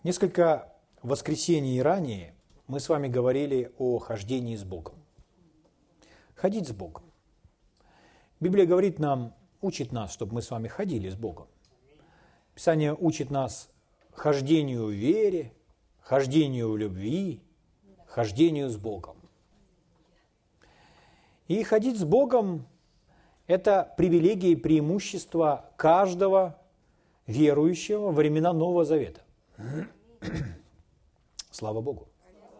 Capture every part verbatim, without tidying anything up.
Несколько воскресений ранее мы с вами говорили о хождении с Богом. Ходить с Богом. Библия говорит нам, учит нас, чтобы мы с вами ходили с Богом. Писание учит нас хождению в вере, хождению в любви, хождению с Богом. И ходить с Богом – это привилегия и преимущество каждого верующего во времена Нового Завета. Слава Богу.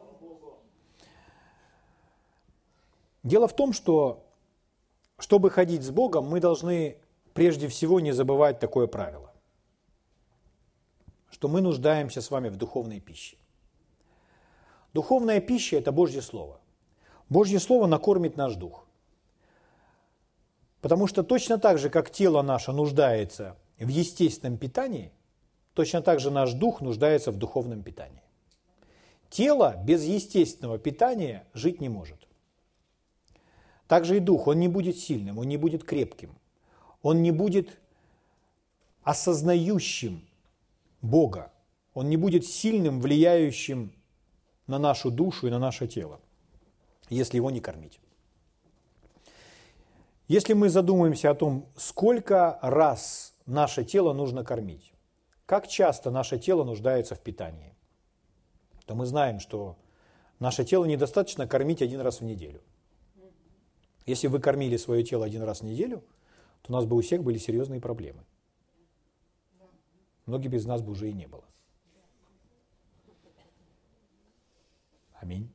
Дело в том, что, чтобы ходить с Богом, мы должны прежде всего не забывать такое правило, что мы нуждаемся с вами в духовной пище. Духовная пища – это Божье Слово. Божье Слово накормит наш дух. Потому что точно так же, как тело наше нуждается в естественном питании, точно так же наш дух нуждается в духовном питании. Тело без естественного питания жить не может. Также и дух, он не будет сильным, он не будет крепким, он не будет осознающим Бога, он не будет сильным, влияющим на нашу душу и на наше тело, если его не кормить. Если мы задумаемся о том, сколько раз наше тело нужно кормить, как часто наше тело нуждается в питании, то мы знаем, что наше тело недостаточно кормить один раз в неделю. Если бы вы кормили свое тело один раз в неделю, то у нас бы у всех были серьезные проблемы. Многих без нас бы уже и не было. Аминь.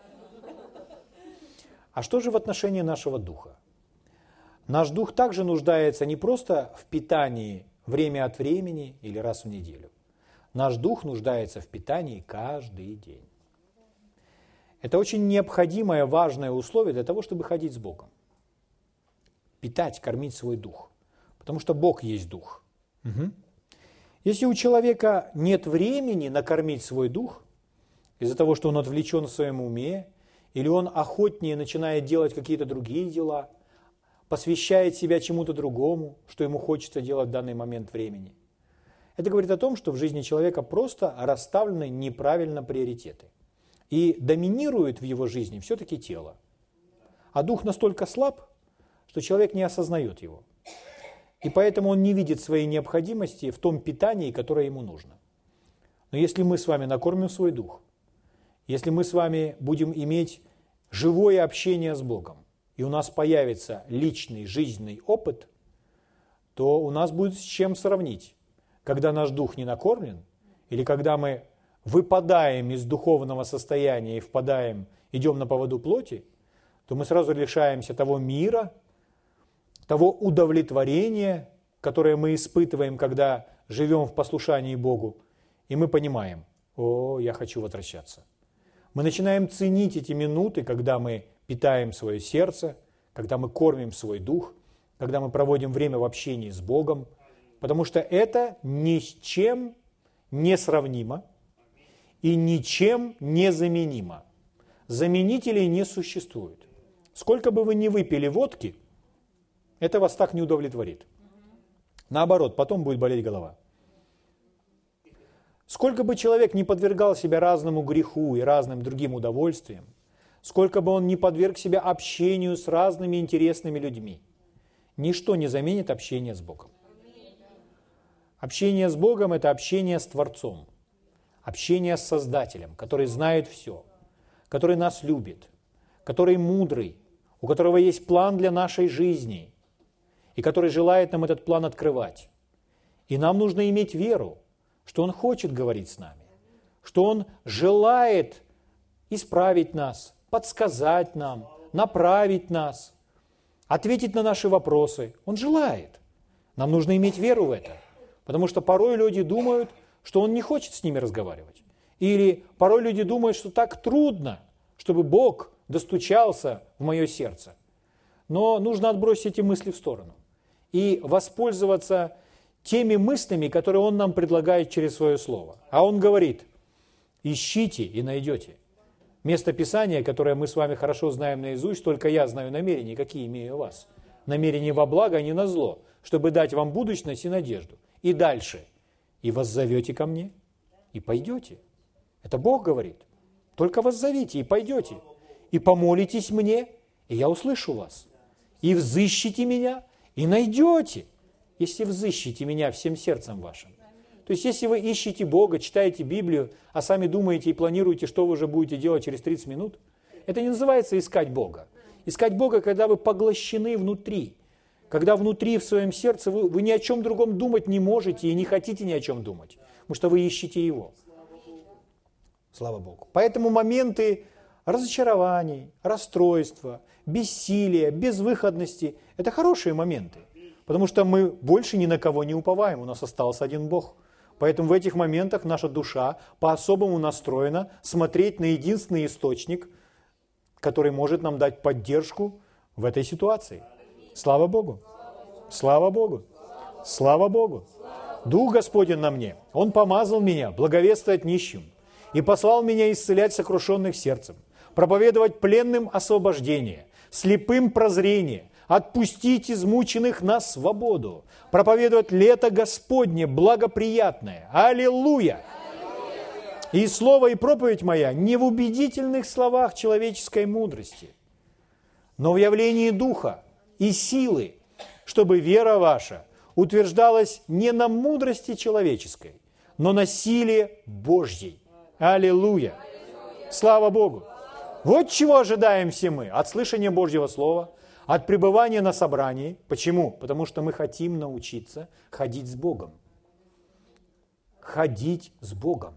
А что же в отношении нашего духа? Наш дух также нуждается не просто в питании время от времени или раз в неделю. Наш дух нуждается в питании каждый день. Это очень необходимое, важное условие для того, чтобы ходить с Богом. Питать, кормить свой дух. Потому что Бог есть дух. Угу. Если у человека нет времени накормить свой дух, из-за того, что он отвлечен в своем уме, или он охотнее начинает делать какие-то другие дела, посвящает себя чему-то другому, что ему хочется делать в данный момент времени, это говорит о том, что в жизни человека просто расставлены неправильно приоритеты. И доминирует в его жизни все-таки тело. А дух настолько слаб, что человек не осознает его. И поэтому он не видит своей необходимости в том питании, которое ему нужно. Но если мы с вами накормим свой дух, если мы с вами будем иметь живое общение с Богом, и у нас появится личный жизненный опыт, то у нас будет с чем сравнить. Когда наш дух не накормлен, или когда мы выпадаем из духовного состояния и впадаем, идем на поводу плоти, то мы сразу лишаемся того мира, того удовлетворения, которое мы испытываем, когда живем в послушании Богу, и мы понимаем: о, я хочу возвращаться. Мы начинаем ценить эти минуты, когда мы питаем свое сердце, когда мы кормим свой дух, когда мы проводим время в общении с Богом, потому что это ни с чем не сравнимо и ничем не заменимо. Заменителей не существует. Сколько бы вы ни выпили водки, это вас так не удовлетворит. Наоборот, потом будет болеть голова. Сколько бы человек не подвергал себя разному греху и разным другим удовольствиям, сколько бы он не подверг себя общению с разными интересными людьми, ничто не заменит общение с Богом. Общение с Богом – это общение с Творцом, общение с Создателем, который знает все, который нас любит, который мудрый, у которого есть план для нашей жизни и который желает нам этот план открывать. И нам нужно иметь веру, что Он хочет говорить с нами, что Он желает исправить нас, подсказать нам, направить нас, ответить на наши вопросы. Он желает. Нам нужно иметь веру в это, потому что порой люди думают, что Он не хочет с ними разговаривать. Или порой люди думают, что так трудно, чтобы Бог достучался в мое сердце. Но нужно отбросить эти мысли в сторону и воспользоваться теми мыслями, которые Он нам предлагает через Свое Слово. А Он говорит: ищите и найдете. Место Писания, которое мы с вами хорошо знаем наизусть, только я знаю намерения, какие имею у вас. Намерения во благо, а не на зло, чтобы дать вам будущность и надежду. И дальше. И воззовете ко мне, и пойдете. Это Бог говорит. Только воззовите и пойдете. И помолитесь мне, и я услышу вас. И взыщите меня, и найдете, если взыщите меня всем сердцем вашим. То есть, если вы ищете Бога, читаете Библию, а сами думаете и планируете, что вы уже будете делать через тридцать минут, это не называется искать Бога. Искать Бога, когда вы поглощены внутри. Когда внутри, в своем сердце, вы, вы ни о чем другом думать не можете и не хотите ни о чем думать. Потому что вы ищете Его. Слава Богу. Поэтому моменты разочарований, расстройства, бессилия, безвыходности – это хорошие моменты. Потому что мы больше ни на кого не уповаем, у нас остался один Бог. Поэтому в этих моментах наша душа по-особому настроена смотреть на единственный источник, который может нам дать поддержку в этой ситуации. Слава Богу! Слава Богу! Слава Богу! Дух Господень на мне, Он помазал меня благовествовать нищим и послал меня исцелять сокрушенных сердцем, проповедовать пленным освобождение, слепым прозрение, отпустить измученных на свободу, проповедовать лето Господне благоприятное. Аллилуйя! И слово и проповедь моя не в убедительных словах человеческой мудрости, но в явлении Духа и силы, чтобы вера ваша утверждалась не на мудрости человеческой, но на силе Божьей. Аллилуйя! Слава Богу! Вот чего ожидаем все мы от слышания Божьего Слова, от пребывания на собрании. Почему? Потому что мы хотим научиться ходить с Богом. Ходить с Богом.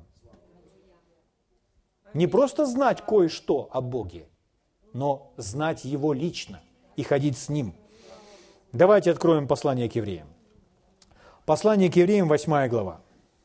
Не просто знать кое-что о Боге, но знать Его лично и ходить с Ним. Давайте откроем послание к евреям. Послание к евреям, восьмая глава.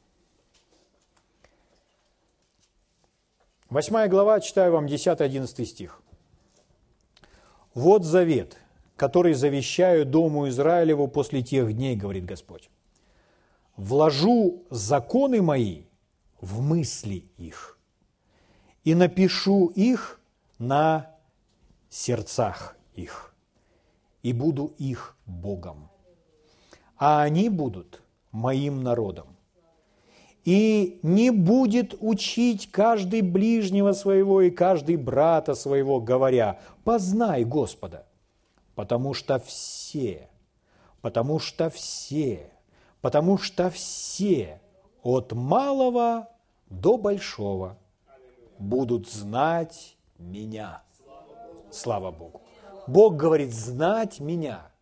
Восьмая глава, читаю вам десятый-одиннадцатый стих. «Вот завет, который завещаю дому Израилеву после тех дней, говорит Господь. Вложу законы мои в мысли их и напишу их на сердцах их, и буду их Богом, а они будут моим народом. И не будет учить каждый ближнего своего и каждый брата своего, говоря: познай Господа, потому что все, потому что все, потому что все, от малого до большого, будут знать меня». Слава Богу. Бог говорит: знать меня.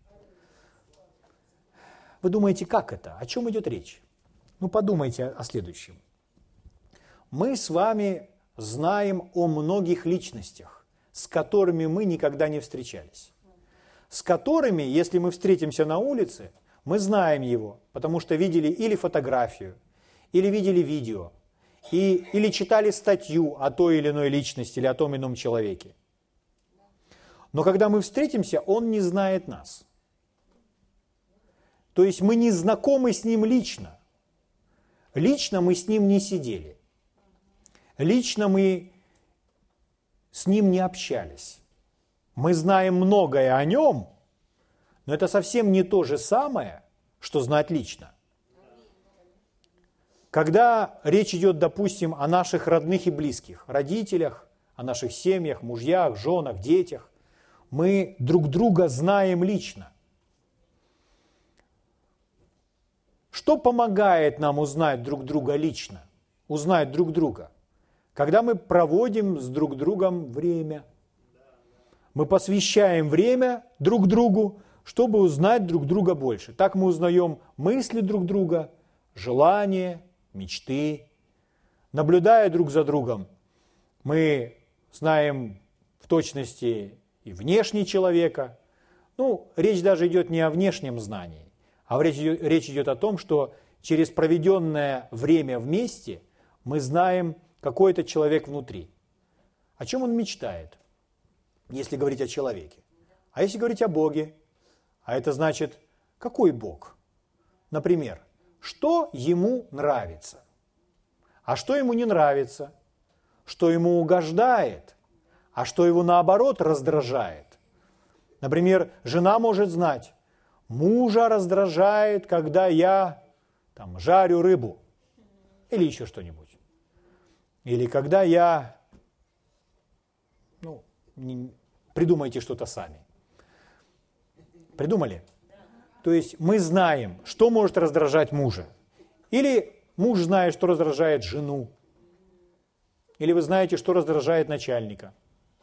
Вы думаете, как это? О чем идет речь? Ну, подумайте о следующем. Мы с вами знаем о многих личностях, с которыми мы никогда не встречались. С которыми, если мы встретимся на улице, мы знаем его, потому что видели или фотографию, или видели видео, и, или читали статью о той или иной личности, или о том ином человеке. Но когда мы встретимся, он не знает нас. То есть мы не знакомы с ним лично. Лично мы с ним не сидели. Лично мы с ним не общались. Мы знаем многое о нем, но это совсем не то же самое, что знать лично. Когда речь идет, допустим, о наших родных и близких, родителях, о наших семьях, мужьях, женах, детях, мы друг друга знаем лично. Что помогает нам узнать друг друга лично? Узнать друг друга? Когда мы проводим с друг другом время. Мы посвящаем время друг другу, чтобы узнать друг друга больше. Так мы узнаем мысли друг друга, желания, мечты. Наблюдая друг за другом, мы знаем в точности и внешне человека. Ну, речь даже идет не о внешнем знании, а речь идет, речь идет о том, что через проведенное время вместе мы знаем, какой это человек внутри. О чем он мечтает, если говорить о человеке. А если говорить о Боге, а это значит, какой Бог? Например, что ему нравится, а что ему не нравится, что ему угождает, а что его наоборот раздражает. Например, жена может знать: мужа раздражает, когда я там, жарю рыбу или еще что-нибудь. Или когда я... Ну, не, придумайте что-то сами. Придумали? То есть мы знаем, что может раздражать мужа. Или муж знает, что раздражает жену. Или вы знаете, что раздражает начальника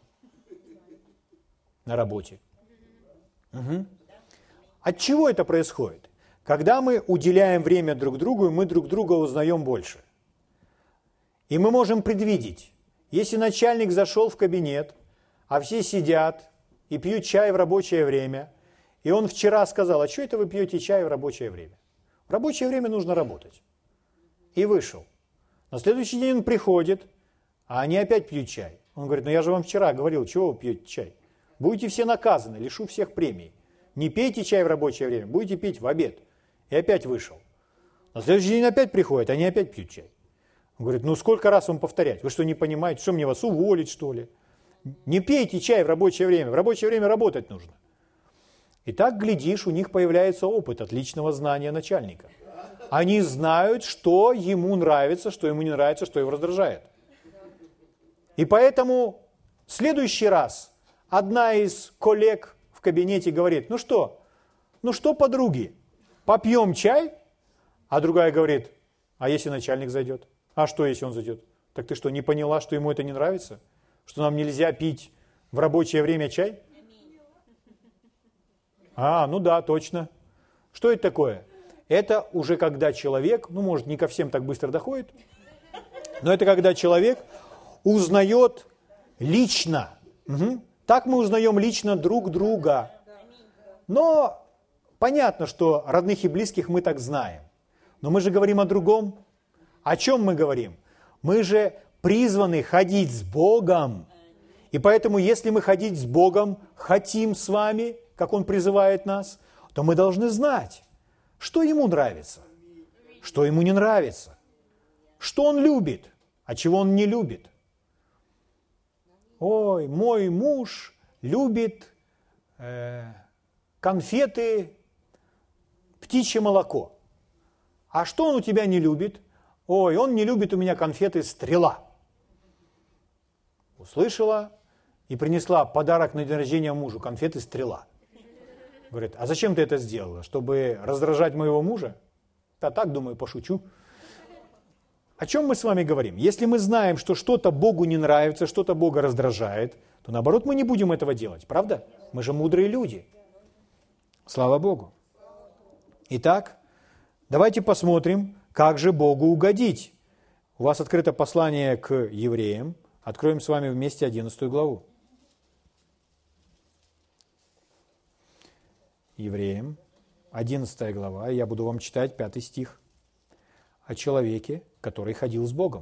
на работе. Угу. От чего это происходит? Когда мы уделяем время друг другу, мы друг друга узнаем больше. И мы можем предвидеть, если начальник зашел в кабинет, а все сидят и пьют чай в рабочее время, и он вчера сказал: а что это вы пьете чай в рабочее время? В рабочее время нужно работать. И вышел. На следующий день он приходит, а они опять пьют чай. Он говорит: ну я же вам вчера говорил, чего вы пьете чай? Будете все наказаны, лишу всех премий. Не пейте чай в рабочее время, будете пить в обед. И опять вышел. На следующий день опять приходит, они опять пьют чай. Он говорит: ну сколько раз вам повторять? Вы что, не понимаете? Что, мне вас уволить, что ли? Не пейте чай в рабочее время. В рабочее время работать нужно. И так, глядишь, у них появляется опыт от личного знания начальника. Они знают, что ему нравится, что ему не нравится, что его раздражает. И поэтому в следующий раз одна из коллег в кабинете говорит: ну что, ну что, подруги, попьем чай? А другая говорит: а если начальник зайдет? А что, если он зайдет? Так ты что, не поняла, что ему это не нравится? Что нам нельзя пить в рабочее время чай? А, ну да, точно. Что это такое? Это уже когда человек, ну, может, не ко всем так быстро доходит, но это когда человек узнает лично. Угу. Так мы узнаем лично друг друга. Но понятно, что родных и близких мы так знаем. Но мы же говорим о другом. О чем мы говорим? Мы же призваны ходить с Богом. И поэтому, если мы ходить с Богом хотим с вами, как Он призывает нас, то мы должны знать, что Ему нравится, что Ему не нравится, что Он любит, а чего Он не любит. Ой, мой муж любит э, конфеты, птичье молоко. А что он у тебя не любит? Ой, он не любит у меня конфеты «Стрела». Услышала и принесла подарок на день рождения мужу, конфеты «Стрела». Говорит: а зачем ты это сделала? Чтобы раздражать моего мужа? Да так, думаю, пошучу. О чем мы с вами говорим? Если мы знаем, что что-то Богу не нравится, что-то Бога раздражает, то наоборот мы не будем этого делать, правда? Мы же мудрые люди. Слава Богу. Итак, давайте посмотрим, как же Богу угодить. У вас открыто послание к евреям. Откроем с вами вместе одиннадцатую главу. Евреям, одиннадцатая глава, я буду вам читать пятый стих. О человеке, который ходил с Богом.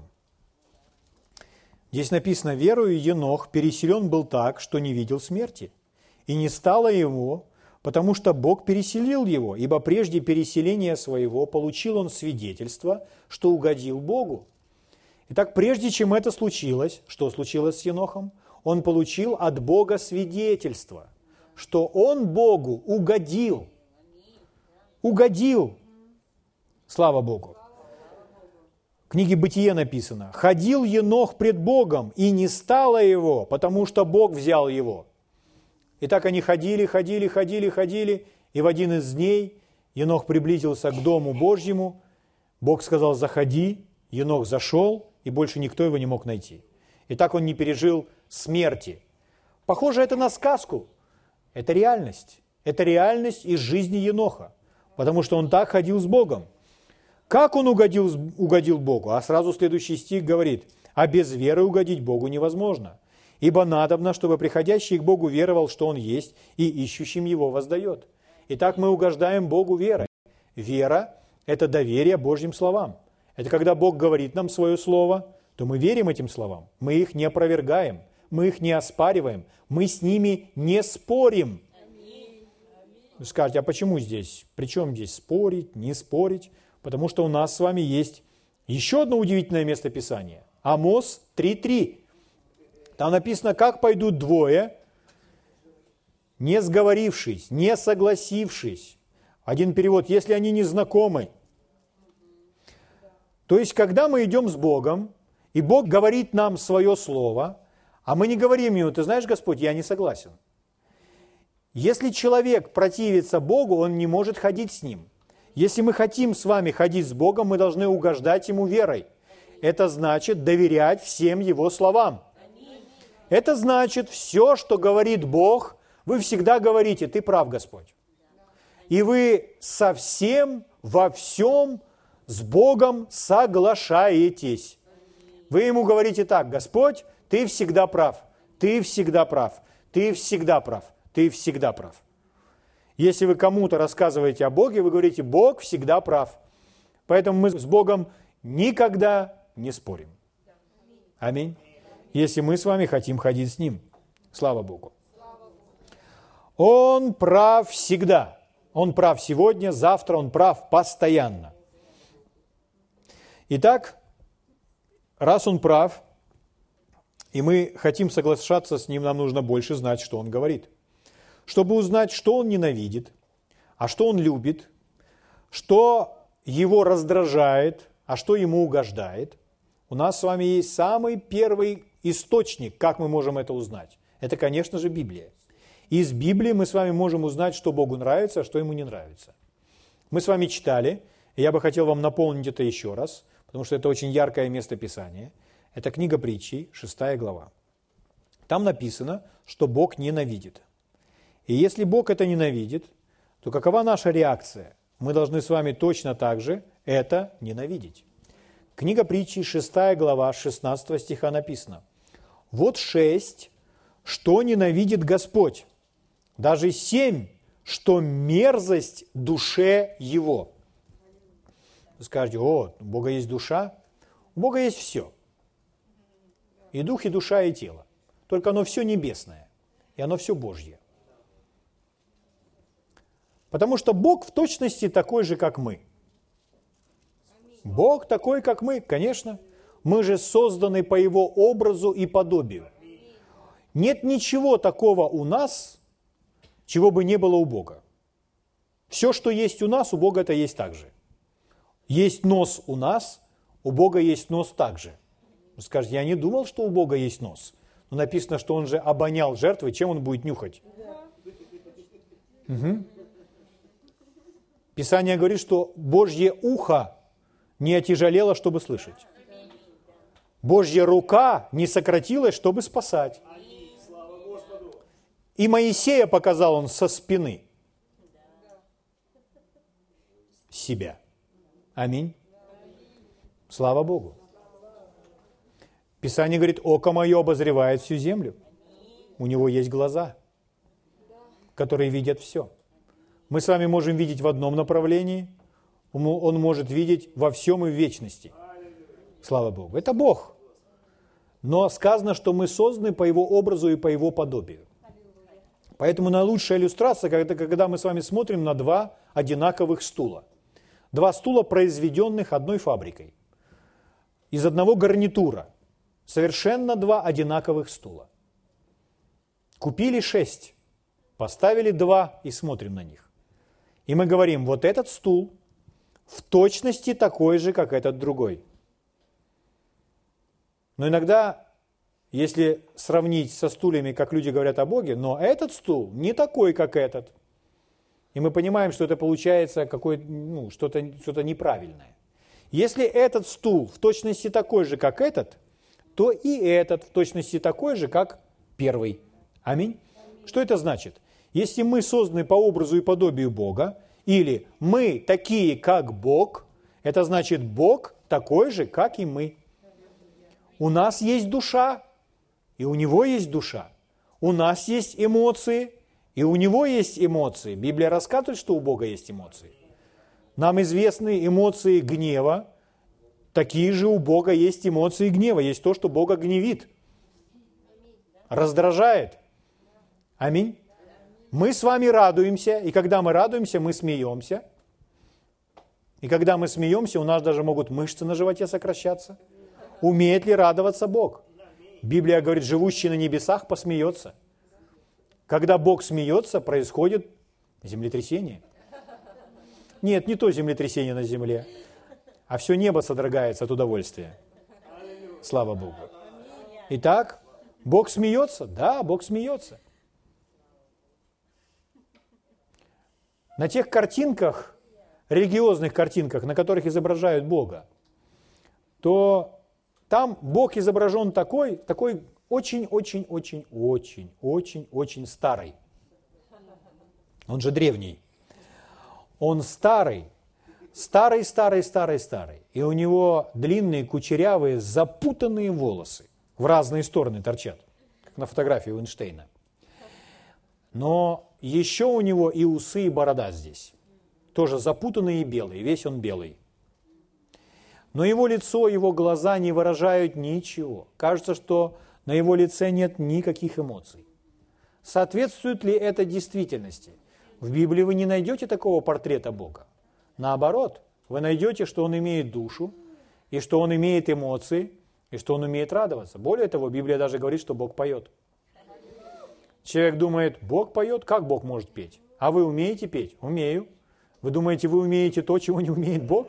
Здесь написано: «Верою Енох переселен был так, что не видел смерти, и не стало его, потому что Бог переселил его, ибо прежде переселения своего получил он свидетельство, что угодил Богу». Итак, прежде чем это случилось, что случилось с Енохом? Он получил от Бога свидетельство, что он Богу угодил. Угодил. Слава Богу. В книге Бытие написано: «Ходил Енох пред Богом, и не стало его, потому что Бог взял его». И так они ходили, ходили, ходили, ходили, и в один из дней Енох приблизился к дому Божьему. Бог сказал: «Заходи». Енох зашел, и больше никто его не мог найти. И так он не пережил смерти. Похоже это на сказку. Это реальность. Это реальность из жизни Еноха, потому что он так ходил с Богом. Как он угодил, угодил Богу? А сразу следующий стих говорит: «А без веры угодить Богу невозможно. Ибо надобно, чтобы приходящий к Богу веровал, что Он есть, и ищущим Его воздает». Итак, мы угождаем Богу верой. Вера – это доверие Божьим словам. Это когда Бог говорит нам свое слово, то мы верим этим словам. Мы их не опровергаем, мы их не оспариваем, мы с ними не спорим. Вы скажете: а почему здесь? При чем здесь спорить, не спорить? Потому что у нас с вами есть еще одно удивительное место Писания. Амос три три. Там написано: как пойдут двое, не сговорившись, не согласившись. Один перевод: если они не знакомы. То есть, когда мы идем с Богом, И Бог говорит нам свое слово, а мы не говорим ему: ты знаешь, Господь, я не согласен. Если человек противится Богу, он не может ходить с Ним. Если мы хотим с вами ходить с Богом, мы должны угождать Ему верой. Это значит доверять всем Его словам. Это значит, все, что говорит Бог, вы всегда говорите: ты прав, Господь. И вы совсем во всем с Богом соглашаетесь. Вы Ему говорите так: Господь, ты всегда прав, ты всегда прав, ты всегда прав, ты всегда прав. Если вы кому-то рассказываете о Боге, вы говорите: Бог всегда прав. Поэтому мы с Богом никогда не спорим. Аминь. Если мы с вами хотим ходить с Ним. Слава Богу. Он прав всегда. Он прав сегодня, завтра Он прав постоянно. Итак, раз Он прав, и мы хотим соглашаться с Ним, нам нужно больше знать, что Он говорит. Чтобы узнать, что Он ненавидит, а что Он любит, что Его раздражает, а что Ему угождает, у нас с вами есть самый первый источник, как мы можем это узнать. Это, конечно же, Библия. Из Библии мы с вами можем узнать, что Богу нравится, а что Ему не нравится. Мы с вами читали, и я бы хотел вам напомнить это еще раз, потому что это очень яркое место Писания. Это книга Притчей, шестая глава. Там написано, что Бог ненавидит. И если Бог это ненавидит, то какова наша реакция? Мы должны с вами точно так же это ненавидеть. Книга Притчей, шестая глава, шестнадцатого стиха написано: «Вот шесть, что ненавидит Господь, даже семь, что мерзость душе Его». Вы скажете: о, у Бога есть душа? У Бога есть все. И дух, и душа, и тело. Только оно все небесное, и оно все Божье. Потому что Бог в точности такой же, как мы. Бог такой, как мы, конечно. Мы же созданы по Его образу и подобию. Нет ничего такого у нас, чего бы не было у Бога. Все, что есть у нас, у Бога это есть так же. Есть нос у нас, у Бога есть нос также. Вы скажете: я не думал, что у Бога есть нос. Но написано, что Он же обонял жертвы, чем Он будет нюхать? Угу. Писание говорит, что Божье ухо не отяжелело, чтобы слышать. Божья рука не сократилась, чтобы спасать. И Моисея показал Он со спины себя. Аминь. Слава Богу. Писание говорит: око мое обозревает всю землю. У него есть глаза, которые видят все. Мы с вами можем видеть в одном направлении, Он может видеть во всем и в вечности. Слава Богу. Это Бог. Но сказано, что мы созданы по Его образу и по Его подобию. Поэтому наилучшая иллюстрация, это когда мы с вами смотрим на два одинаковых стула. Два стула, произведенных одной фабрикой. Из одного гарнитура. Совершенно два одинаковых стула. Купили шесть, поставили два и смотрим на них. И мы говорим: вот этот стул в точности такой же, как этот другой. Но иногда, если сравнить со стульями, как люди говорят о Боге, но этот стул не такой, как этот. И мы понимаем, что это получается какое, ну, что-то, что-то неправильное. Если этот стул в точности такой же, как этот, то и этот в точности такой же, как первый. Аминь. Что это значит? Если мы созданы по образу и подобию Бога, или мы такие, как Бог, это значит, Бог такой же, как и мы. У нас есть душа, и у Него есть душа. У нас есть эмоции, и у Него есть эмоции. Библия рассказывает, что у Бога есть эмоции. Нам известны эмоции гнева. Такие же у Бога есть эмоции гнева. Есть то, что Бога гневит, раздражает. Аминь. Мы с вами радуемся, и когда мы радуемся, мы смеемся. И когда мы смеемся, у нас даже могут мышцы на животе сокращаться. Умеет ли радоваться Бог? Библия говорит: живущий на небесах посмеется. Когда Бог смеется, происходит землетрясение. Нет, не то землетрясение на земле, а все небо содрогается от удовольствия. Слава Богу. Итак, Бог смеется? Да, Бог смеется. На тех картинках, религиозных картинках, на которых изображают Бога, то там Бог изображен такой, такой очень-очень-очень-очень-очень-очень старый. Он же древний. Он старый, старый-старый-старый-старый. И у него длинные, кучерявые, запутанные волосы. В разные стороны торчат, как на фотографии у Эйнштейна. Но еще у него и усы, и борода здесь. Тоже запутанные и белые, весь он белый. Но его лицо, его глаза не выражают ничего. Кажется, что на его лице нет никаких эмоций. Соответствует ли это действительности? В Библии вы не найдете такого портрета Бога. Наоборот, вы найдете, что Он имеет душу, и что Он имеет эмоции, и что Он умеет радоваться. Более того, Библия даже говорит, что Бог поет. Человек думает, Бог поет? Как Бог может петь? А вы умеете петь? Умею. Вы думаете, вы умеете то, чего не умеет Бог?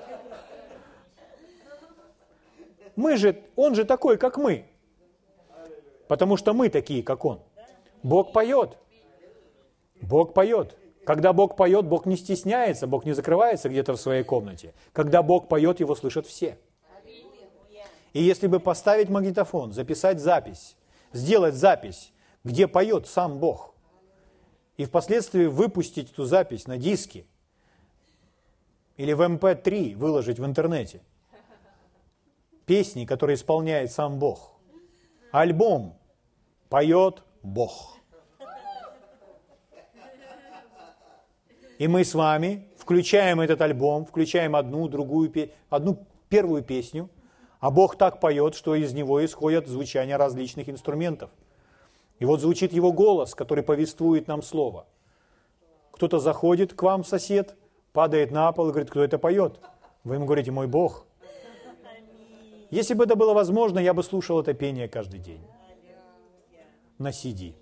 Мы же, Он же такой, как мы. Потому что мы такие, как Он. Бог поет. Бог поет. Когда Бог поет, Бог не стесняется, Бог не закрывается где-то в своей комнате. Когда Бог поет, Его слышат все. И если бы поставить магнитофон, записать запись, сделать запись, где поет сам Бог, и впоследствии выпустить эту запись на диске или в эм пэ три выложить в интернете, песни, которые исполняет сам Бог, альбом «Поет Бог». И мы с вами включаем этот альбом, включаем одну, другую, одну первую песню, а Бог так поет, что из него исходят звучания различных инструментов. И вот звучит Его голос, который повествует нам слово. Кто-то заходит к вам, сосед, падает на пол и говорит, кто это поет? Вы ему говорите, мой Бог. Если бы это было возможно, я бы слушал это пение каждый день. На си ди.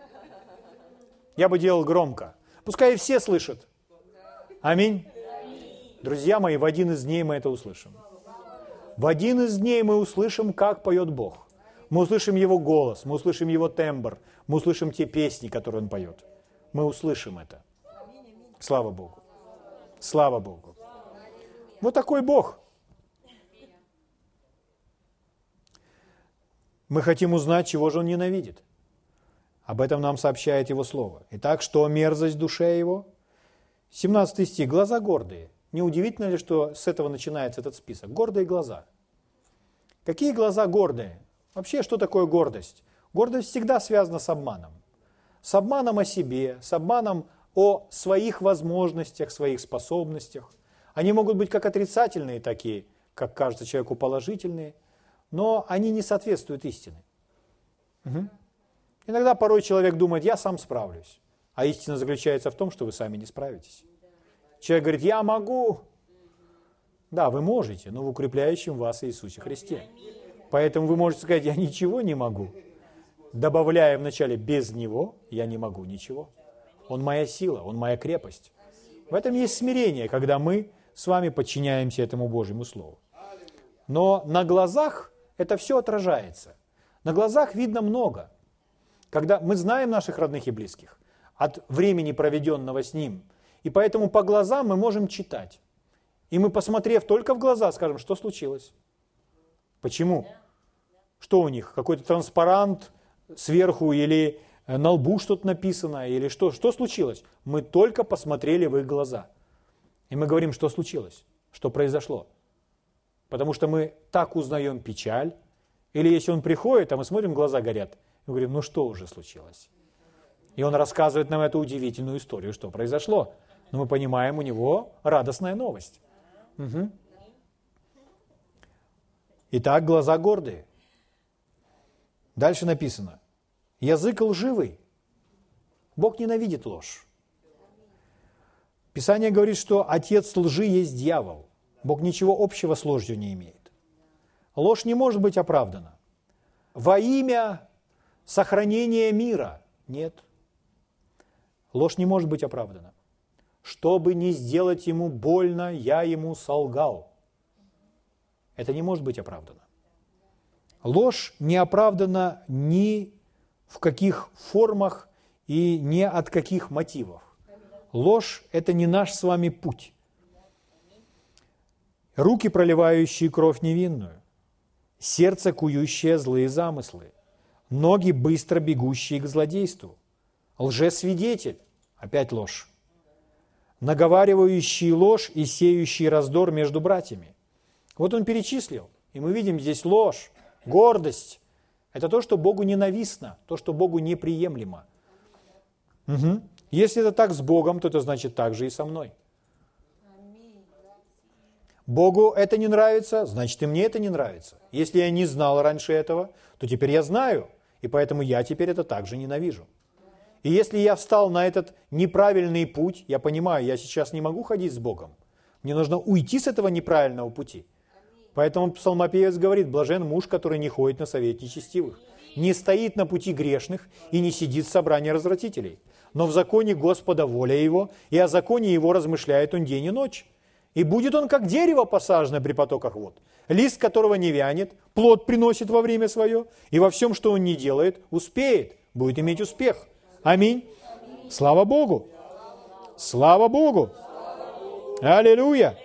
Я бы делал громко. Пускай и все слышат. Аминь. Друзья мои, в один из дней мы это услышим. В один из дней мы услышим, как поет Бог. Мы услышим Его голос, мы услышим Его тембр, мы услышим те песни, которые Он поет. Мы услышим это. Слава Богу. Слава Богу. Вот такой Бог. Мы хотим узнать, чего же Он ненавидит. Об этом нам сообщает Его Слово. Итак, что мерзость в душе Его? семнадцатый стих. Глаза гордые. Неудивительно ли, что с этого начинается этот список? Гордые глаза. Какие глаза гордые? Вообще, что такое гордость? Гордость всегда связана с обманом. С обманом о себе, с обманом о своих возможностях, своих способностях. Они могут быть как отрицательные, такие, как кажется человеку, положительные, но они не соответствуют истине. Угу. Иногда порой человек думает, я сам справлюсь. А истина заключается в том, что вы сами не справитесь. Человек говорит, я могу. Да, вы можете, но в укрепляющем вас Иисусе Христе. Поэтому вы можете сказать, я ничего не могу. Добавляя вначале без Него, я не могу ничего. Он моя сила, Он моя крепость. В этом есть смирение, когда мы с вами подчиняемся этому Божьему Слову. Но на глазах это все отражается. На глазах видно много. Когда мы знаем наших родных и близких от времени, проведенного с ним, и поэтому по глазам мы можем читать. И мы, посмотрев только в глаза, скажем, что случилось. Почему? Что у них? Какой-то транспарант сверху или на лбу что-то написано? Или что? Что случилось? Мы только посмотрели в их глаза. И мы говорим, что случилось? Что произошло? Потому что мы так узнаем печаль. Или если он приходит, а мы смотрим, глаза горят. Мы говорим, ну что уже случилось? И он рассказывает нам эту удивительную историю, что произошло. Но мы понимаем, у него радостная новость. Угу. Итак, глаза гордые. Дальше написано. Язык лживый. Бог ненавидит ложь. Писание говорит, что отец лжи есть дьявол. Бог ничего общего с ложью не имеет. Ложь не может быть оправдана. Во имя сохранения мира. Нет. Ложь не может быть оправдана. Чтобы не сделать ему больно, я ему солгал. Это не может быть оправдано. Ложь не оправдана ни в каких формах и ни от каких мотивов. Ложь – это не наш с вами путь. Руки, проливающие кровь невинную, сердце, кующее злые замыслы, ноги, быстро бегущие к злодейству, лжесвидетель, опять ложь, наговаривающий ложь и сеющий раздор между братьями. Вот он перечислил, и мы видим здесь ложь, гордость. Это то, что Богу ненавистно, то, что Богу неприемлемо. Угу. Если это так с Богом, то это значит так же и со мной. Богу это не нравится, значит и мне это не нравится. Если я не знал раньше этого, то теперь я знаю, и поэтому я теперь это также ненавижу. И если я встал на этот неправильный путь, я понимаю, я сейчас не могу ходить с Богом. Мне нужно уйти с этого неправильного пути. Поэтому псалмопевец говорит: блажен муж, который не ходит на совет нечестивых, не стоит на пути грешных и не сидит в собрании развратителей. Но в законе Господа воля его, и о законе его размышляет он день и ночь. И будет он, как дерево, посаженное при потоках вод, лист которого не вянет, плод приносит во время свое, и во всем, что он не делает, успеет, будет иметь успех. Аминь. Аминь. Слава Богу. Слава Богу. Аллилуйя.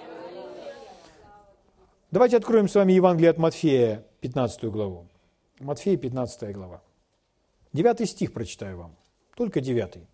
Давайте откроем с вами Евангелие от Матфея, пятнадцатую главу. Матфея, пятнадцатая глава. Девятый стих прочитаю вам. Только девятый.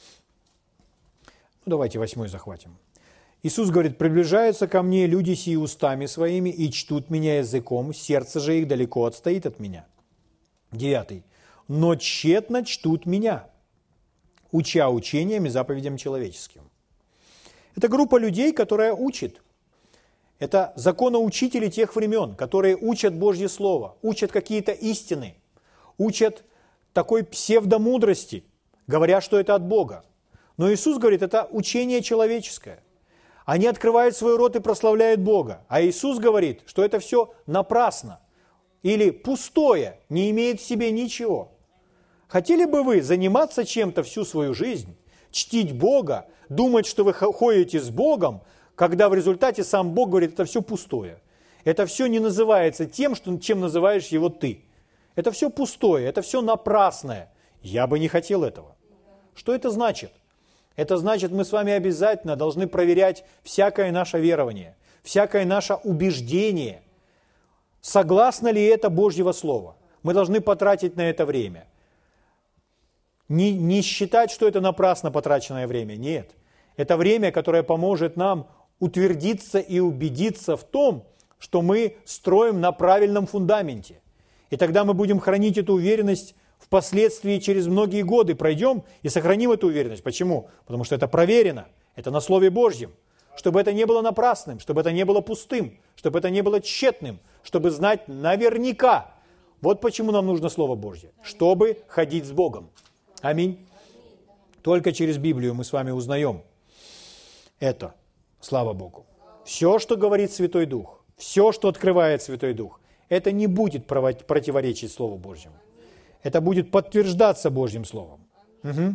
Ну, давайте восьмой захватим. Иисус говорит: «Приближаются ко мне люди сии устами своими и чтут меня языком, сердце же их далеко отстоит от меня». Девятый. «Но тщетно чтут меня, уча учениям и заповедям человеческим». Это группа людей, которая учит. Это законоучители тех времен, которые учат Божье Слово, учат какие-то истины, учат такой псевдомудрости, говоря, что это от Бога. Но Иисус говорит, это учение человеческое. Они открывают свой рот и прославляют Бога. А Иисус говорит, что это все напрасно или пустое, не имеет в себе ничего. Хотели бы вы заниматься чем-то всю свою жизнь, чтить Бога, думать, что вы ходите с Богом, когда в результате сам Бог говорит, это все пустое. Это все не называется тем, что, чем называешь его ты. Это все пустое, это все напрасное. Я бы не хотел этого. Что это значит? Это значит, мы с вами обязательно должны проверять всякое наше верование, всякое наше убеждение. Согласно ли это Божьего Слова? Мы должны потратить на это время. Не, не считать, что это напрасно потраченное время. Нет. Это время, которое поможет нам утвердиться и убедиться в том, что мы строим на правильном фундаменте. И тогда мы будем хранить эту уверенность впоследствии, через многие годы пройдем и сохраним эту уверенность. Почему? Потому что это проверено, это на Слове Божьем. Чтобы это не было напрасным, чтобы это не было пустым, чтобы это не было тщетным, чтобы знать наверняка. Вот почему нам нужно Слово Божье, чтобы ходить с Богом. Аминь. Только через Библию мы с вами узнаем это. Слава Богу. Все, что говорит Святой Дух, все, что открывает Святой Дух, это не будет противоречить Слову Божьему. Это будет подтверждаться Божьим Словом. Угу.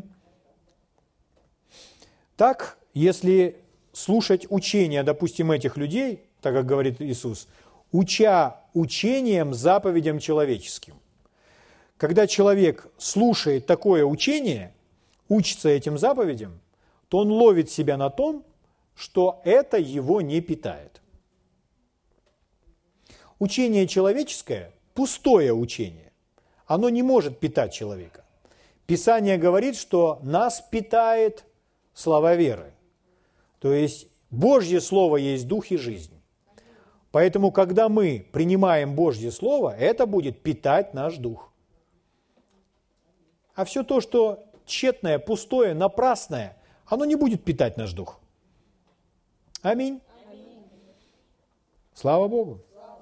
Так, если слушать учения, допустим, этих людей, так как говорит Иисус, уча учением, заповедям человеческим. Когда человек слушает такое учение, учится этим заповедям, то он ловит себя на том, что это его не питает. Учение человеческое – пустое учение. Оно не может питать человека. Писание говорит, что нас питает слова веры. То есть Божье Слово есть дух и жизнь. Поэтому, когда мы принимаем Божье Слово, это будет питать наш дух. А все то, что тщетное, пустое, напрасное, оно не будет питать наш дух. Аминь. Аминь. Слава Богу.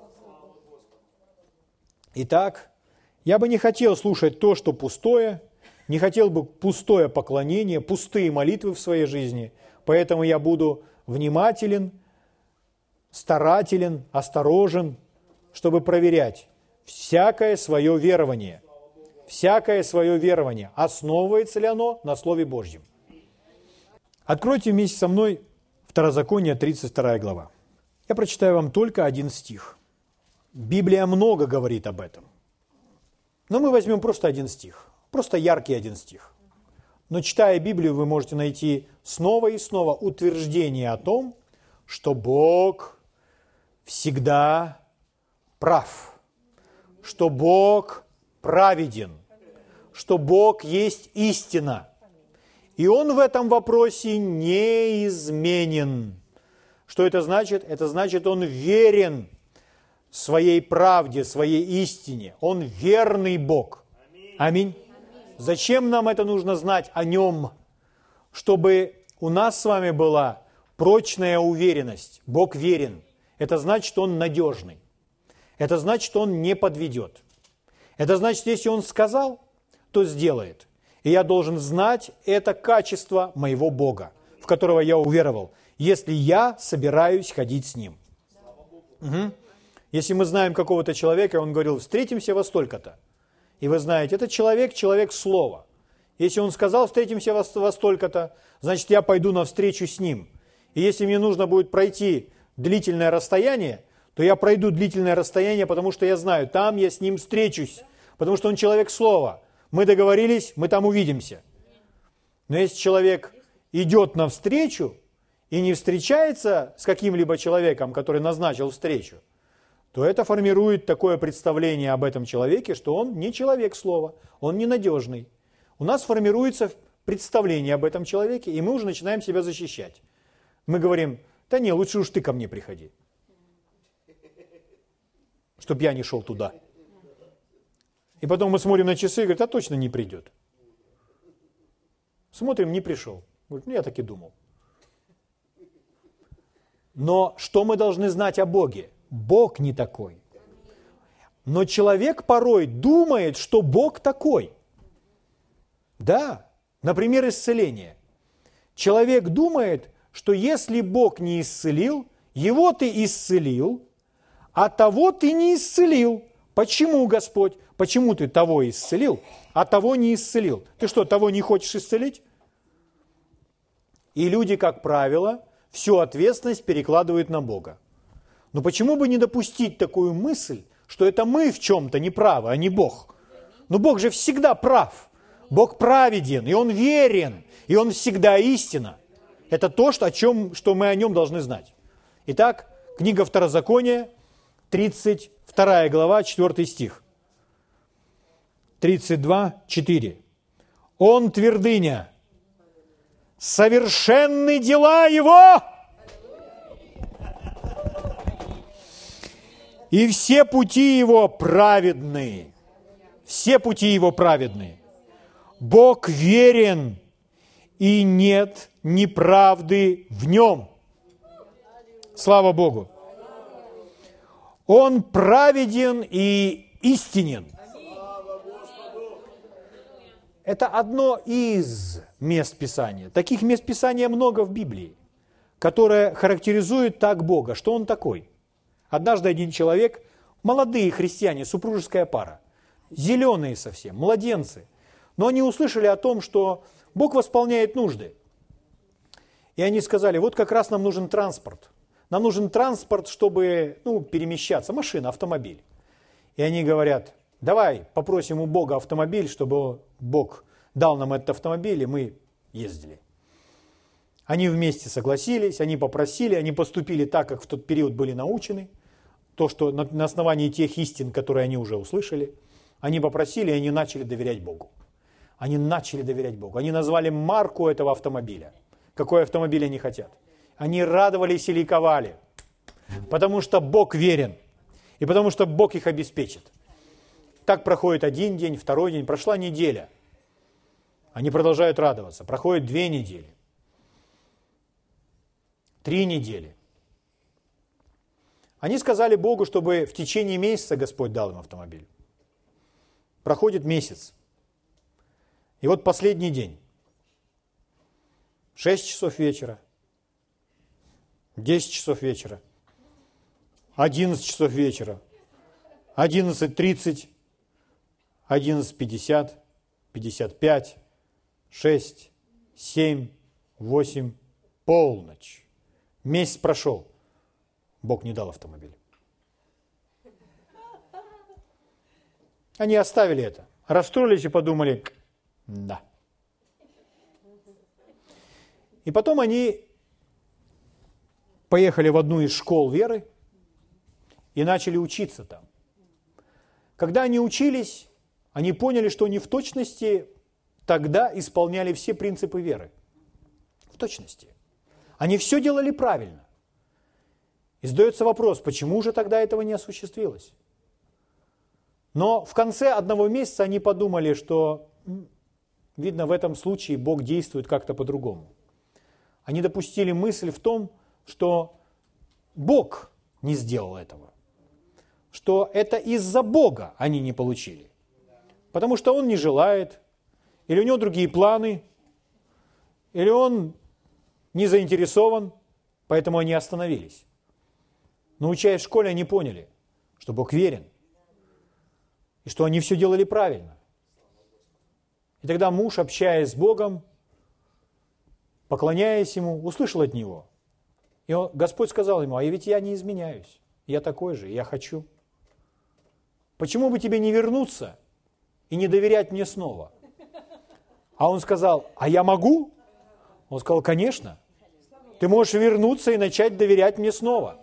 Итак, я бы не хотел слушать то, что пустое, не хотел бы пустое поклонение, пустые молитвы в своей жизни, поэтому я буду внимателен, старателен, осторожен, чтобы проверять всякое свое верование. Всякое свое верование, основывается ли оно на Слове Божьем. Откройте вместе со мной Второзаконие, тридцать вторая глава. Я прочитаю вам только один стих. Библия много говорит об этом. Но мы возьмем просто один стих. Просто яркий один стих. Но читая Библию, вы можете найти снова и снова утверждение о том, что Бог всегда прав, что Бог праведен, что Бог есть истина. И Он в этом вопросе неизменен. Что это значит? Это значит, Он верен своей правде, своей истине. Он верный Бог. Аминь. Зачем нам это нужно знать о Нем? Чтобы у нас с вами была прочная уверенность. Бог верен. Это значит, Он надежный. Это значит, Он не подведет. Это значит, если Он сказал, то сделает. И я должен знать это качество моего Бога, в которого я уверовал, если я собираюсь ходить с Ним. Угу. Если мы знаем какого-то человека, он говорил, встретимся во столько-то. И вы знаете, этот человек, человек слова. Если он сказал, встретимся во, во столько-то, значит, я пойду навстречу с ним. И если мне нужно будет пройти длительное расстояние, то я пройду длительное расстояние, потому что я знаю, там я с ним встречусь. Потому что он человек слова. Мы договорились, мы там увидимся. Но если человек идет навстречу и не встречается с каким-либо человеком, который назначил встречу, то это формирует такое представление об этом человеке, что он не человек слова, он ненадежный. У нас формируется представление об этом человеке, и мы уже начинаем себя защищать. Мы говорим, да не, лучше уж ты ко мне приходи, чтоб я не шел туда. И потом мы смотрим на часы и говорим, а точно не придет. Смотрим, не пришел. Говорит, ну я так и думал. Но что мы должны знать о Боге? Бог не такой. Но человек порой думает, что Бог такой. Да, например, исцеление. Человек думает, что если Бог не исцелил, его ты исцелил, а того ты не исцелил. Почему, Господь? Почему ты того исцелил, а того не исцелил? Ты что, того не хочешь исцелить? И люди, как правило, всю ответственность перекладывают на Бога. Но почему бы не допустить такую мысль, что это мы в чем-то не правы, а не Бог? Но Бог же всегда прав. Бог праведен, и Он верен, и Он всегда истина. Это то, что, о чем, что мы о Нем должны знать. Итак, книга Второзакония, тридцать вторая глава, четвёртый стих. тридцать два, четыре. Он твердыня, совершенны дела Его, и все пути Его праведны. Все пути Его праведны. Бог верен, и нет неправды в Нем. Слава Богу. Он праведен и истинен. Это одно из мест Писания. Таких мест Писания много в Библии, которое характеризует так Бога, что Он такой. Однажды один человек, молодые христиане, супружеская пара, зеленые совсем, младенцы, но они услышали о том, что Бог восполняет нужды. И они сказали, вот как раз нам нужен транспорт. Нам нужен транспорт, чтобы ну, перемещаться, машина, автомобиль. И они говорят, давай попросим у Бога автомобиль, чтобы Бог дал нам этот автомобиль, и мы ездили. Они вместе согласились, они попросили, они поступили так, как в тот период были научены. То, что на, на основании тех истин, которые они уже услышали, они попросили, и они начали доверять Богу. Они начали доверять Богу. Они назвали марку этого автомобиля. Какой автомобиль они хотят. Они радовались и ликовали, потому что Бог верен, и потому что Бог их обеспечит. Так проходит один день, второй день, прошла неделя. Они продолжают радоваться. Проходит две недели, три недели. Они сказали Богу, чтобы в течение месяца Господь дал им автомобиль. Проходит месяц. И вот последний день. шесть часов вечера. десять часов вечера. одиннадцать часов вечера. одиннадцать тридцать. одиннадцать пятьдесят. пятьдесят пять. шесть. семь. восемь. Полночь. Месяц прошел. Бог не дал автомобиль. Они оставили это, расстроились и подумали, да. И потом они поехали в одну из школ веры и начали учиться там. Когда они учились, они поняли, что они в точности тогда исполняли все принципы веры. В точности. Они все делали правильно. И задается вопрос, почему же тогда этого не осуществилось? Но в конце одного месяца они подумали, что, видно, в этом случае Бог действует как-то по-другому. Они допустили мысль в том, что Бог не сделал этого. Что это из-за Бога они не получили. Потому что Он не желает, или у Него другие планы, или Он не заинтересован, поэтому они остановились. Но учась в школе, они поняли, что Бог верен, и что они все делали правильно. И тогда муж, общаясь с Богом, поклоняясь Ему, услышал от Него. И он, Господь сказал ему, а ведь я не изменяюсь, я такой же, я хочу. Почему бы тебе не вернуться и не доверять мне снова? А он сказал, а я могу? Он сказал, конечно. Ты можешь вернуться и начать доверять мне снова.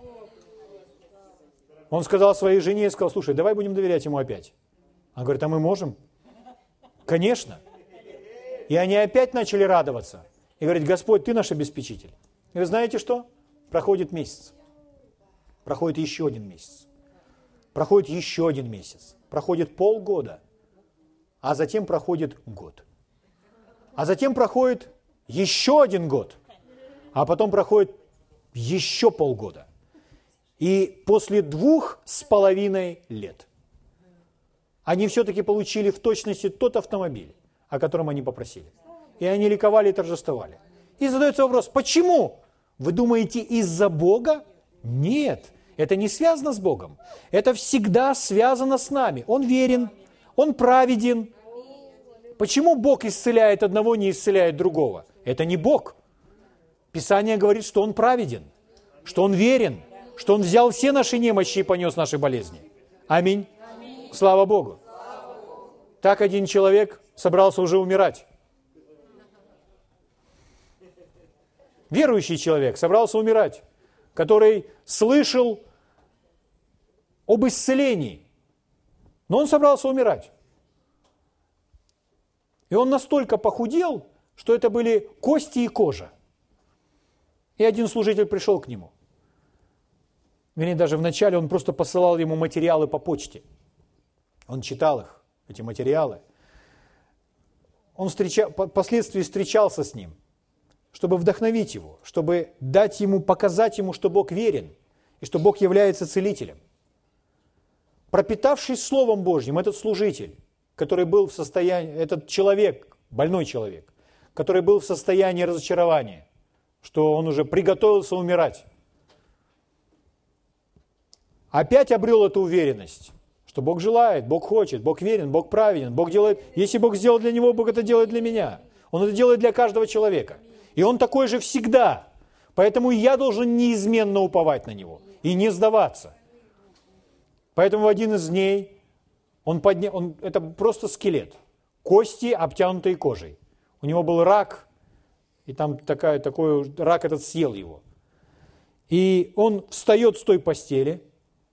Он сказал своей жене и сказал, слушай, давай будем доверять ему опять. Она говорит, а мы можем? Конечно. И они опять начали радоваться. И говорит, Господь, Ты наш обеспечитель. И вы знаете что? Проходит месяц. Проходит еще один месяц. Проходит еще один месяц. Проходит полгода. А затем проходит год. А затем проходит еще один год. А потом проходит еще полгода. И после двух с половиной лет они все-таки получили в точности тот автомобиль, о котором они попросили. И они ликовали и торжествовали. И задается вопрос, почему? Вы думаете, из-за Бога? Нет, это не связано с Богом. Это всегда связано с нами. Он верен, Он праведен. Почему Бог исцеляет одного, не исцеляет другого? Это не Бог. Писание говорит, что Он праведен, что Он верен, что Он взял все наши немощи и понес наши болезни. Аминь. Аминь. Слава Богу. Слава Богу. Так один человек собрался уже умирать. Верующий человек собрался умирать, который слышал об исцелении, но он собрался умирать. И он настолько похудел, что это были кости и кожа. И один служитель пришел к нему. Вернее, даже вначале он просто посылал ему материалы по почте. Он читал их, эти материалы. Он встреча... впоследствии встречался с ним, чтобы вдохновить его, чтобы дать ему, показать ему, что Бог верен, и что Бог является целителем. Пропитавшись Словом Божьим, этот служитель, который был в состоянии, этот человек, больной человек, который был в состоянии разочарования, что он уже приготовился умирать, опять обрел эту уверенность, что Бог желает, Бог хочет, Бог верен, Бог праведен, Бог делает, если Бог сделал для него, Бог это делает для меня. Он это делает для каждого человека. И Он такой же всегда. Поэтому я должен неизменно уповать на Него и не сдаваться. Поэтому в один из дней он подня... он... это просто скелет, кости, обтянутые кожей. У него был рак, и там такая, такой рак этот съел его. И он встает с той постели,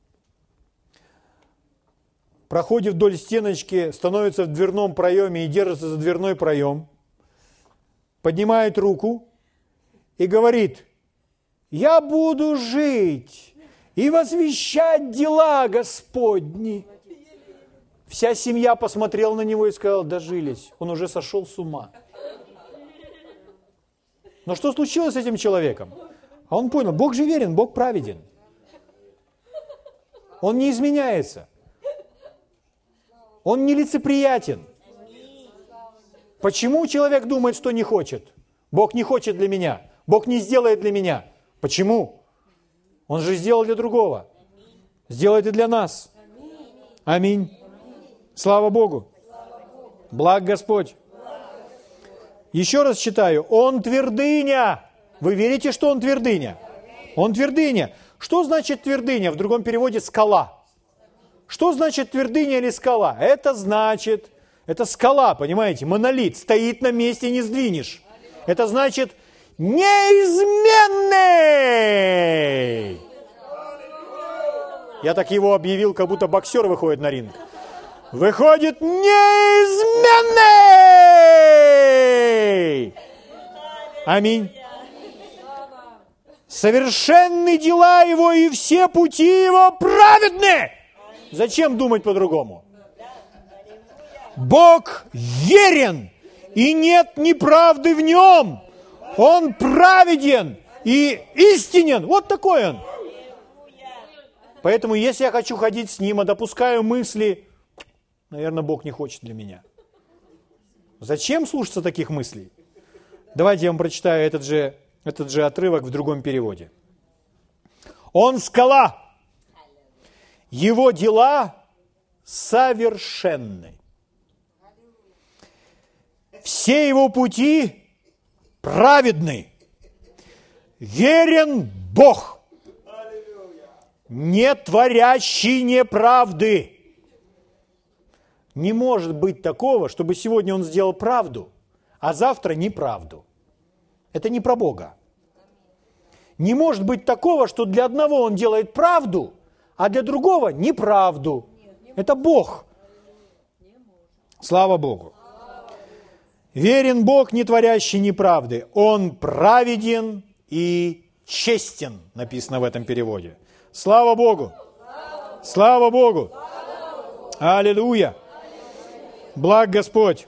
проходит вдоль стеночки, становится в дверном проеме и держится за дверной проем, поднимает руку и говорит, я буду жить и возвещать дела Господни. Вся семья посмотрела на него и сказала, дожились, он уже сошел с ума. Но что случилось с этим человеком? А он понял, Бог же верен, Бог праведен. Он не изменяется. Он не лицеприятен. Почему человек думает, что не хочет? Бог не хочет для меня. Бог не сделает для меня. Почему? Он же сделал для другого. Сделает и для нас. Аминь. Слава Богу. Благ Господь. Еще раз читаю. Он твердыня. Вы верите, что он твердыня? Он твердыня. Что значит твердыня? В другом переводе скала. Что значит твердыня или скала? Это значит, это скала, понимаете, монолит, стоит на месте, не сдвинешь. Это значит неизменный. Я так его объявил, как будто боксер выходит на ринг. Выходит неизменный. Аминь. Совершенны дела его, и все пути его праведны. Зачем думать по-другому? Бог верен, и нет неправды в нем. Он праведен и истинен. Вот такой он. Поэтому, если я хочу ходить с ним, а допускаю мысли, наверное, Бог не хочет для меня. Зачем слушаться таких мыслей? Давайте я вам прочитаю этот же, этот же отрывок в другом переводе. Он скала. Его дела совершенны. Все его пути праведны. Верен Бог, не творящий неправды. Не может быть такого, чтобы сегодня он сделал правду, а завтра неправду. Это не про Бога. Не может быть такого, что для одного он делает правду, а для другого неправду. Это Бог. Слава Богу. Верен Бог, не творящий неправды. Он праведен и честен, написано в этом переводе. Слава Богу. Слава Богу. Аллилуйя. Благ Господь.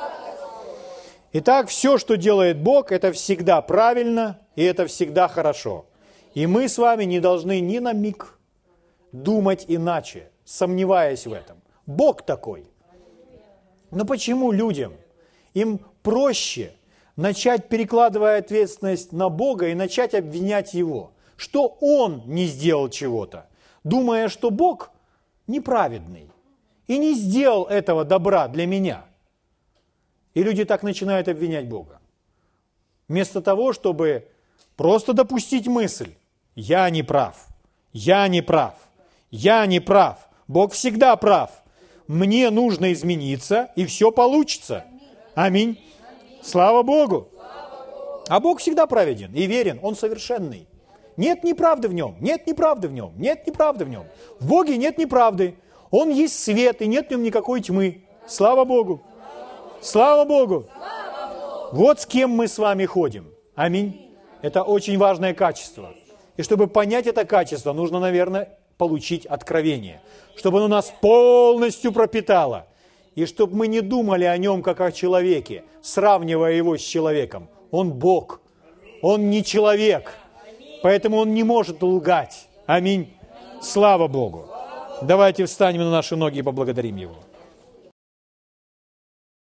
Итак, все, что делает Бог, это всегда правильно, и это всегда хорошо. И мы с вами не должны ни на миг думать иначе, сомневаясь в этом. Бог такой. Но почему людям, им проще начать, перекладывая ответственность на Бога, и начать обвинять Его, что Он не сделал чего-то, думая, что Бог неправедный и не сделал этого добра для меня. И люди так начинают обвинять Бога. Вместо того, чтобы просто допустить мысль: я не прав, я не прав, я не прав. Бог всегда прав. Мне нужно измениться, и все получится. Аминь. Слава Богу. А Бог всегда праведен и верен, Он совершенный. Нет неправды в Нем, нет неправды в Нем, нет неправды в Нем. В Боге нет неправды. Он есть свет, и нет в Нем никакой тьмы. Слава Богу. Слава Богу. Вот с кем мы с вами ходим. Аминь. Это очень важное качество. И чтобы понять это качество, нужно, наверное, получить откровение. Чтобы оно нас полностью пропитало. И чтобы мы не думали о нем, как о человеке, сравнивая его с человеком. Он Бог. Он не человек. Поэтому он не может лгать. Аминь. Слава Богу. Давайте встанем на наши ноги и поблагодарим Его.